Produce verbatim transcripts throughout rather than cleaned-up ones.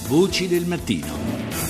Voci del mattino.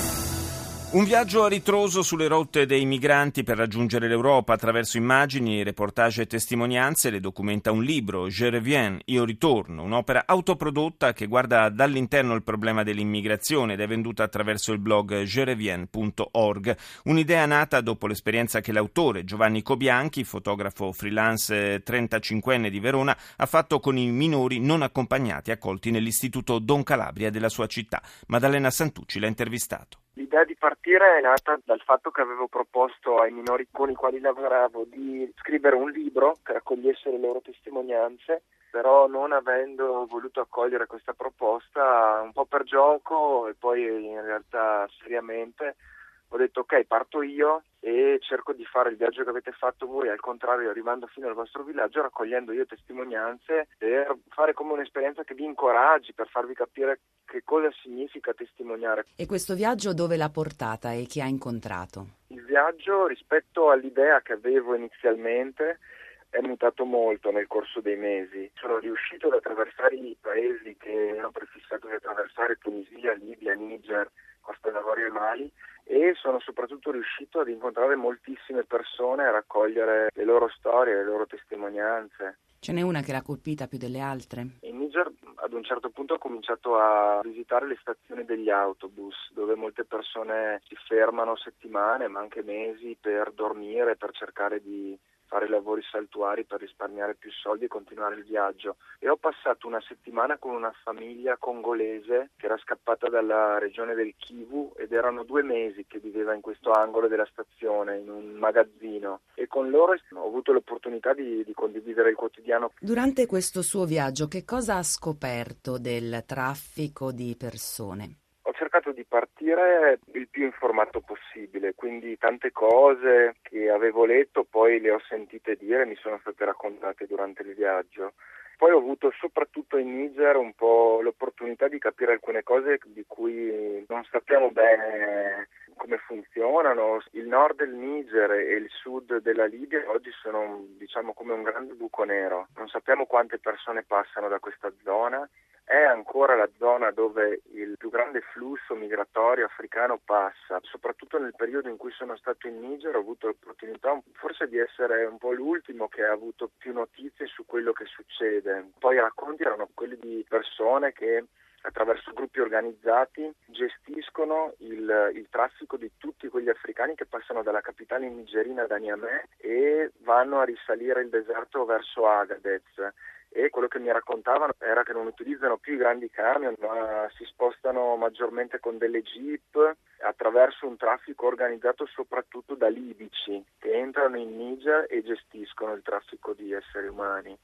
Un viaggio a ritroso sulle rotte dei migranti per raggiungere l'Europa attraverso immagini, reportage e testimonianze le documenta un libro, Je reviens, Io ritorno, un'opera autoprodotta che guarda dall'interno il problema dell'immigrazione ed è venduta attraverso il blog je reviens punto org. Un'idea nata dopo l'esperienza che l'autore Giovanni Cobianchi, fotografo freelance trentacinquenne di Verona, ha fatto con i minori non accompagnati accolti nell'istituto Don Calabria della sua città. Maddalena Santucci l'ha intervistato. L'idea di partire è nata dal fatto che avevo proposto ai minori con i quali lavoravo di scrivere un libro che raccogliesse le loro testimonianze, però non avendo voluto accogliere questa proposta, un po' per gioco e poi in realtà seriamente, ho detto ok, parto io e cerco di fare il viaggio che avete fatto voi, al contrario arrivando fino al vostro villaggio, raccogliendo io testimonianze per fare come un'esperienza che vi incoraggi, per farvi capire che cosa significa testimoniare. E questo viaggio dove l'ha portata e chi ha incontrato? Il viaggio, rispetto all'idea che avevo inizialmente, è mutato molto nel corso dei mesi. Sono riuscito ad attraversare i paesi che ero prefissato di attraversare: Tunisia, Libia, Niger, Costa d'Avorio e Mali, e sono soprattutto riuscito ad incontrare moltissime persone e a raccogliere le loro storie, le loro testimonianze. Ce n'è una che l'ha colpita più delle altre? In Niger ad un certo punto ho cominciato a visitare le stazioni degli autobus, dove molte persone si fermano settimane ma anche mesi per dormire, per cercare di fare lavori saltuari per risparmiare più soldi e continuare il viaggio. E ho passato una settimana con una famiglia congolese che era scappata dalla regione del Kivu ed erano due mesi che viveva in questo angolo della stazione, in un magazzino, e con loro ho avuto l'opportunità di, di condividere il quotidiano. Durante questo suo viaggio che cosa ha scoperto del traffico di persone? Ho cercato di partire il più informato possibile, quindi tante cose che avevo letto poi le ho sentite dire e mi sono state raccontate durante il viaggio. Poi ho avuto soprattutto in Niger un po' l'opportunità di capire alcune cose di cui non sappiamo bene come funzionano. Il nord del Niger e il sud della Libia oggi sono, diciamo, come un grande buco nero. Non sappiamo quante persone passano da questa zona. È ancora la zona dove il più grande flusso migratorio africano passa. Soprattutto nel periodo in cui sono stato in Niger ho avuto l'opportunità forse di essere un po' l'ultimo che ha avuto più notizie su quello che succede. Poi i racconti erano quelli di persone che attraverso gruppi organizzati gestiscono il, il traffico di tutti quegli africani che passano dalla capitale nigerina, da Niamey, e vanno a risalire il deserto verso Agadez. E quello che mi raccontavano era che non utilizzano più i grandi camion, ma si spostano maggiormente con delle jeep attraverso un traffico organizzato soprattutto da libici che entrano in Niger e gestiscono il traffico di esseri umani.